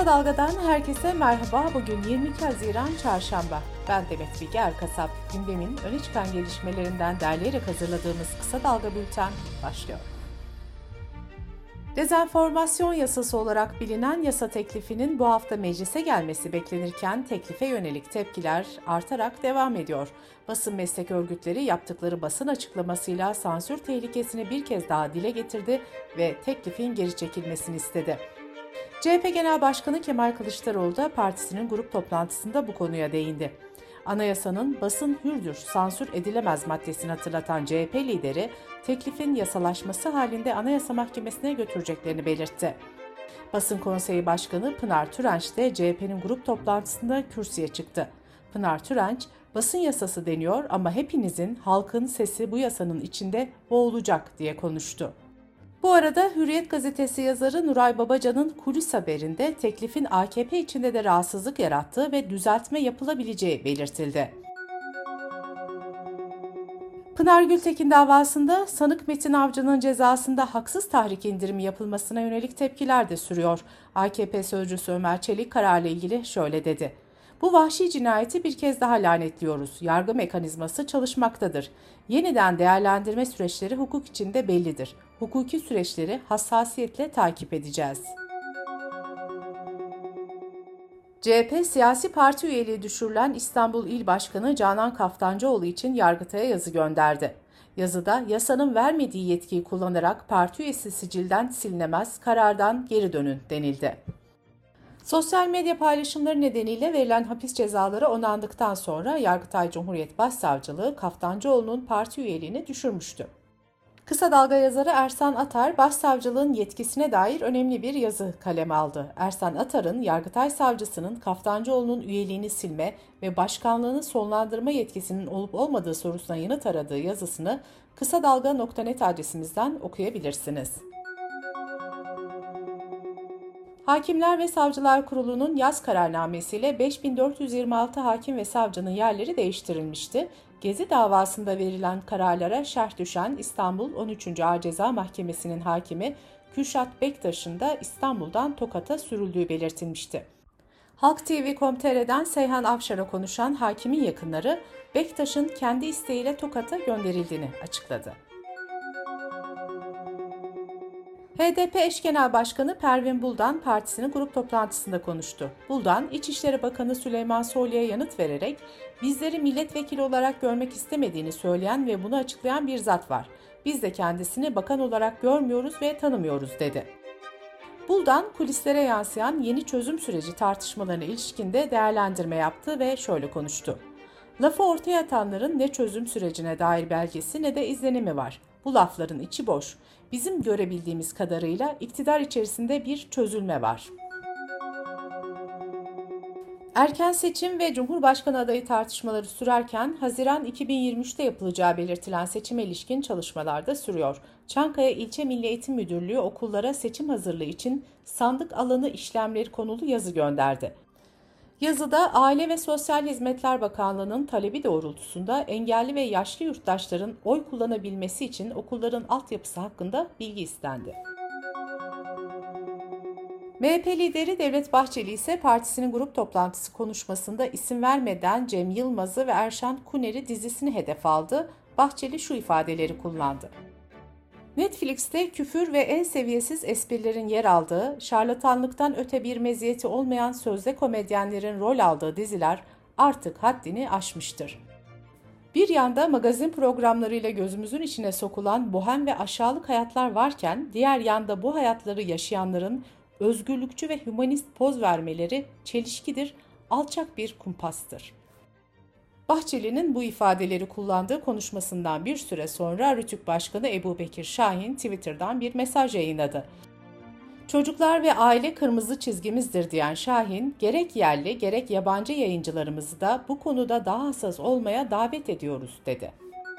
Kısa Dalga'dan herkese merhaba. Bugün 22 Haziran Çarşamba. Ben Demet Bilge Erkasap. Gündemin öne çıkan gelişmelerinden derleyerek hazırladığımız Kısa Dalga Bülten başlıyor. Dezenformasyon yasası olarak bilinen yasa teklifinin bu hafta meclise gelmesi beklenirken teklife yönelik tepkiler artarak devam ediyor. Basın meslek örgütleri yaptıkları basın açıklamasıyla sansür tehlikesini bir kez daha dile getirdi ve teklifin geri çekilmesini istedi. CHP Genel Başkanı Kemal Kılıçdaroğlu da partisinin grup toplantısında bu konuya değindi. Anayasanın basın hürdür, sansür edilemez maddesini hatırlatan CHP lideri, teklifin yasalaşması halinde Anayasa Mahkemesi'ne götüreceklerini belirtti. Basın Konseyi Başkanı Pınar Türenç de CHP'nin grup toplantısında kürsüye çıktı. Pınar Türenç, basın yasası deniyor ama hepinizin, halkın sesi bu yasanın içinde boğulacak diye konuştu. Bu arada Hürriyet gazetesi yazarı Nuray Babacan'ın kulis haberinde teklifin AKP içinde de rahatsızlık yarattığı ve düzeltme yapılabileceği belirtildi. Pınar Gültekin davasında sanık Metin Avcı'nın cezasında haksız tahrik indirimi yapılmasına yönelik tepkiler de sürüyor. AKP sözcüsü Ömer Çelik kararla ilgili şöyle dedi. Bu vahşi cinayeti bir kez daha lanetliyoruz. Yargı mekanizması çalışmaktadır. Yeniden değerlendirme süreçleri hukuk içinde bellidir. Hukuki süreçleri hassasiyetle takip edeceğiz. CHP siyasi parti üyeliği düşürülen İstanbul İl Başkanı Canan Kaftancıoğlu için Yargıtay'a yazı gönderdi. Yazıda yasanın vermediği yetkiyi kullanarak parti üyesi sicilden silinemez, karardan geri dönün denildi. Sosyal medya paylaşımları nedeniyle verilen hapis cezaları onandıktan sonra Yargıtay Cumhuriyet Başsavcılığı Kaftancıoğlu'nun parti üyeliğini düşürmüştü. Kısa Dalga yazarı Ersan Atar, Başsavcılığın yetkisine dair önemli bir yazı kaleme aldı. Ersan Atar'ın Yargıtay Savcısının Kaftancıoğlu'nun üyeliğini silme ve başkanlığını sonlandırma yetkisinin olup olmadığı sorusuna yanıt aradığı yazısını kısadalga.net adresimizden okuyabilirsiniz. Hakimler ve Savcılar Kurulu'nun yaz kararnamesiyle 5426 hakim ve savcının yerleri değiştirilmişti. Gezi davasında verilen kararlara şerh düşen İstanbul 13. Ağır Ceza Mahkemesi'nin hakimi Kürşat Bektaş'ın da İstanbul'dan Tokat'a sürüldüğü belirtilmişti. Halk TV.com.tr'den Seyhan Avşar'a konuşan hakimin yakınları Bektaş'ın kendi isteğiyle Tokat'a gönderildiğini açıkladı. HDP eş genel başkanı Pervin Buldan partisinin grup toplantısında konuştu. Buldan, İçişleri Bakanı Süleyman Soylu'ya yanıt vererek bizleri milletvekili olarak görmek istemediğini söyleyen ve bunu açıklayan bir zat var. Biz de kendisini bakan olarak görmüyoruz ve tanımıyoruz dedi. Buldan, kulislere yansıyan yeni çözüm süreci tartışmalarına ilişkin de değerlendirme yaptı ve şöyle konuştu. Lafı ortaya atanların ne çözüm sürecine dair belgesi ne de izlenimi var. Bu lafların içi boş. Bizim görebildiğimiz kadarıyla iktidar içerisinde bir çözülme var. Erken seçim ve Cumhurbaşkanı adayı tartışmaları sürerken Haziran 2023'te yapılacağı belirtilen seçime ilişkin çalışmalar da sürüyor. Çankaya İlçe Milli Eğitim Müdürlüğü okullara seçim hazırlığı için sandık alanı işlemleri konulu yazı gönderdi. Yazıda Aile ve Sosyal Hizmetler Bakanlığı'nın talebi doğrultusunda engelli ve yaşlı yurttaşların oy kullanabilmesi için okulların altyapısı hakkında bilgi istendi. MHP lideri Devlet Bahçeli ise partisinin grup toplantısı konuşmasında isim vermeden Cem Yılmaz'ı ve Erşan Kuner'i dizisini hedef aldı. Bahçeli şu ifadeleri kullandı. Netflix'te küfür ve en seviyesiz esprilerin yer aldığı, şarlatanlıktan öte bir meziyeti olmayan sözde komedyenlerin rol aldığı diziler artık haddini aşmıştır. Bir yanda magazin programlarıyla gözümüzün içine sokulan bohem ve aşağılık hayatlar varken, diğer yanda bu hayatları yaşayanların özgürlükçü ve hümanist poz vermeleri çelişkidir, alçak bir kumpastır. Bahçeli'nin bu ifadeleri kullandığı konuşmasından bir süre sonra Rütük Başkanı Ebubekir Şahin Twitter'dan bir mesaj yayınladı. Çocuklar ve aile kırmızı çizgimizdir diyen Şahin, gerek yerli gerek yabancı yayıncılarımızı da bu konuda daha hassas olmaya davet ediyoruz dedi.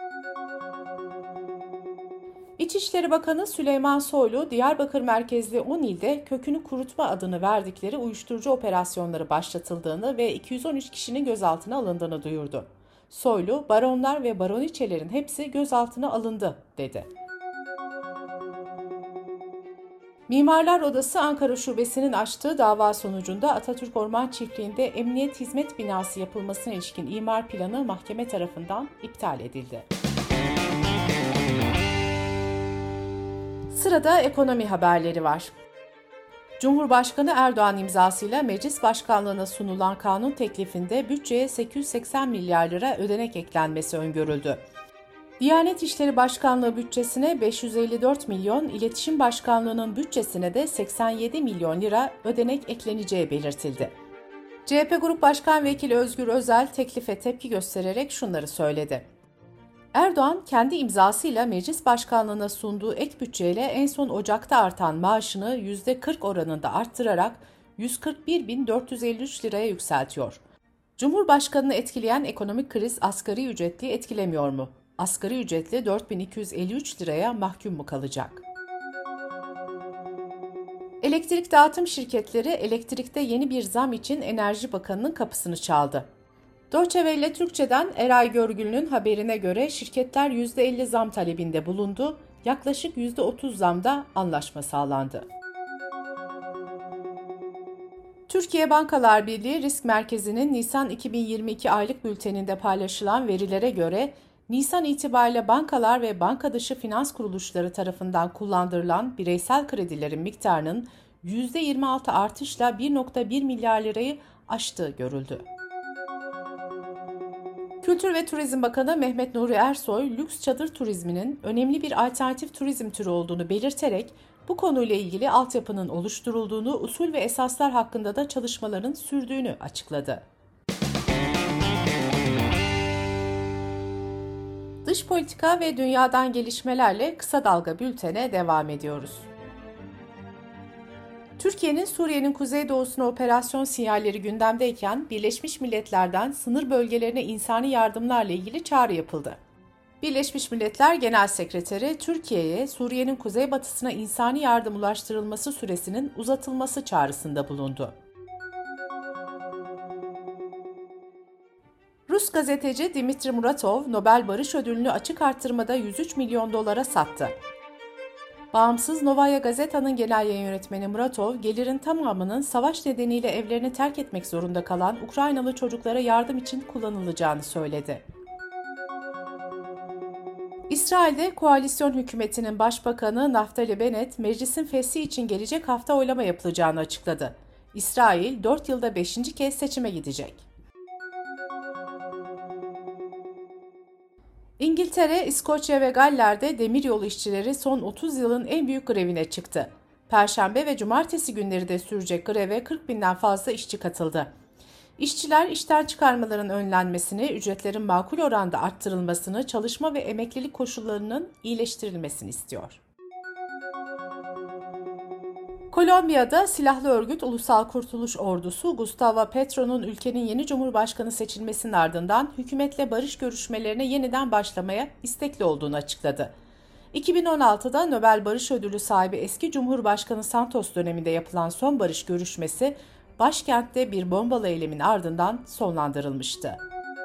İçişleri Bakanı Süleyman Soylu, Diyarbakır merkezli 10 ilde kökünü kurutma adını verdikleri uyuşturucu operasyonları başlatıldığını ve 213 kişinin gözaltına alındığını duyurdu. Soylu, baronlar ve baroniçelerin hepsi gözaltına alındı, dedi. Mimarlar Odası Ankara Şubesi'nin açtığı dava sonucunda Atatürk Orman Çiftliği'nde emniyet hizmet binası yapılmasına ilişkin imar planı mahkeme tarafından iptal edildi. Sırada ekonomi haberleri var. Cumhurbaşkanı Erdoğan imzasıyla Meclis Başkanlığı'na sunulan kanun teklifinde bütçeye 880 milyar lira ödenek eklenmesi öngörüldü. Diyanet İşleri Başkanlığı bütçesine 554 milyon, İletişim Başkanlığı'nın bütçesine de 87 milyon lira ödenek ekleneceği belirtildi. CHP Grup Başkan Vekili Özgür Özel teklife tepki göstererek şunları söyledi. Erdoğan kendi imzasıyla Meclis Başkanlığı'na sunduğu ek bütçeyle en son Ocak'ta artan maaşını %40 oranında arttırarak 141.453 liraya yükseltiyor. Cumhurbaşkanını etkileyen ekonomik kriz asgari ücretli etkilemiyor mu? Asgari ücretli 4.253 liraya mahkum mu kalacak? Elektrik dağıtım şirketleri elektrikte yeni bir zam için Enerji Bakanı'nın kapısını çaldı. Deutsche Welle Türkçe'den Eray Görgül'ün haberine göre şirketler %50 zam talebinde bulundu, yaklaşık %30 zamda anlaşma sağlandı. Türkiye Bankalar Birliği Risk Merkezi'nin Nisan 2022 aylık bülteninde paylaşılan verilere göre Nisan itibariyle bankalar ve banka dışı finans kuruluşları tarafından kullandırılan bireysel kredilerin miktarının %26 artışla 1.1 milyar lirayı aştığı görüldü. Kültür ve Turizm Bakanı Mehmet Nuri Ersoy, lüks çadır turizminin önemli bir alternatif turizm türü olduğunu belirterek bu konuyla ilgili altyapının oluşturulduğunu, usul ve esaslar hakkında da çalışmaların sürdüğünü açıkladı. Dış politika ve dünyadan gelişmelerle kısa dalga bültene devam ediyoruz. Türkiye'nin Suriye'nin kuzeydoğusuna operasyon sinyalleri gündemdeyken Birleşmiş Milletler'den sınır bölgelerine insani yardımlarla ilgili çağrı yapıldı. Birleşmiş Milletler Genel Sekreteri Türkiye'ye Suriye'nin kuzeybatısına insani yardım ulaştırılması süresinin uzatılması çağrısında bulundu. Rus gazeteci Dmitri Muratov, Nobel Barış Ödülünü açık artırmada 103 milyon dolara sattı. Bağımsız Novaya Gazeta'nın genel yayın yönetmeni Muratov, gelirin tamamının savaş nedeniyle evlerini terk etmek zorunda kalan Ukraynalı çocuklara yardım için kullanılacağını söyledi. İsrail'de koalisyon hükümetinin başbakanı Naftali Bennett, meclisin feshi için gelecek hafta oylama yapılacağını açıkladı. İsrail, 4 yılda 5. kez seçime gidecek. İngiltere, İskoçya ve Galler'de demiryolu işçileri son 30 yılın en büyük grevine çıktı. Perşembe ve cumartesi günleri de sürecek greve 40.000'den fazla işçi katıldı. İşçiler işten çıkarmaların önlenmesini, ücretlerin makul oranda arttırılmasını, çalışma ve emeklilik koşullarının iyileştirilmesini istiyor. Kolombiya'da silahlı örgüt Ulusal Kurtuluş Ordusu, Gustavo Petro'nun ülkenin yeni cumhurbaşkanı seçilmesinin ardından hükümetle barış görüşmelerine yeniden başlamaya istekli olduğunu açıkladı. 2016'da Nobel Barış Ödülü sahibi eski Cumhurbaşkanı Santos döneminde yapılan son barış görüşmesi, başkentte bir bombalı eylemin ardından sonlandırılmıştı.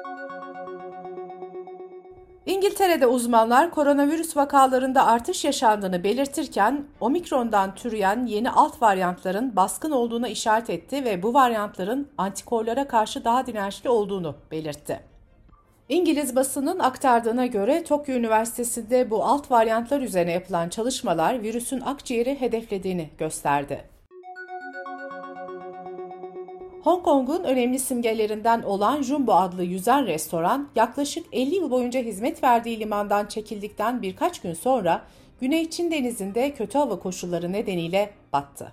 İngiltere'de uzmanlar koronavirüs vakalarında artış yaşandığını belirtirken omikrondan türeyen yeni alt varyantların baskın olduğuna işaret etti ve bu varyantların antikorlara karşı daha dirençli olduğunu belirtti. İngiliz basının aktardığına göre Tokyo Üniversitesi'nde bu alt varyantlar üzerine yapılan çalışmalar virüsün akciğeri hedeflediğini gösterdi. Hong Kong'un önemli simgelerinden olan Jumbo adlı yüzen restoran, yaklaşık 50 yıl boyunca hizmet verdiği limandan çekildikten birkaç gün sonra Güney Çin Denizi'nde kötü hava koşulları nedeniyle battı.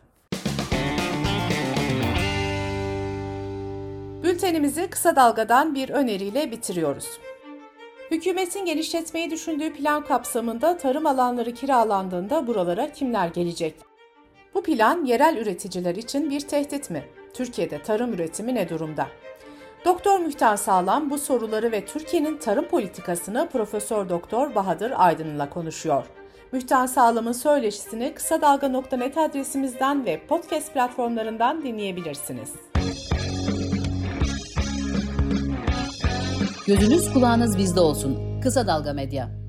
Bültenimizi kısa dalgadan bir öneriyle bitiriyoruz. Hükümetin genişletmeyi düşündüğü plan kapsamında tarım alanları kiralandığında buralara kimler gelecek? Bu plan yerel üreticiler için bir tehdit mi? Türkiye'de tarım üretimi ne durumda? Doktor Mühtan Sağlam bu soruları ve Türkiye'nin tarım politikasını Profesör Doktor Bahadır Aydın'la konuşuyor. Mühtan Sağlam'ın söyleşisini kısadalga.net adresimizden ve podcast platformlarından dinleyebilirsiniz. Gözünüz kulağınız bizde olsun. Kısa Dalga Medya.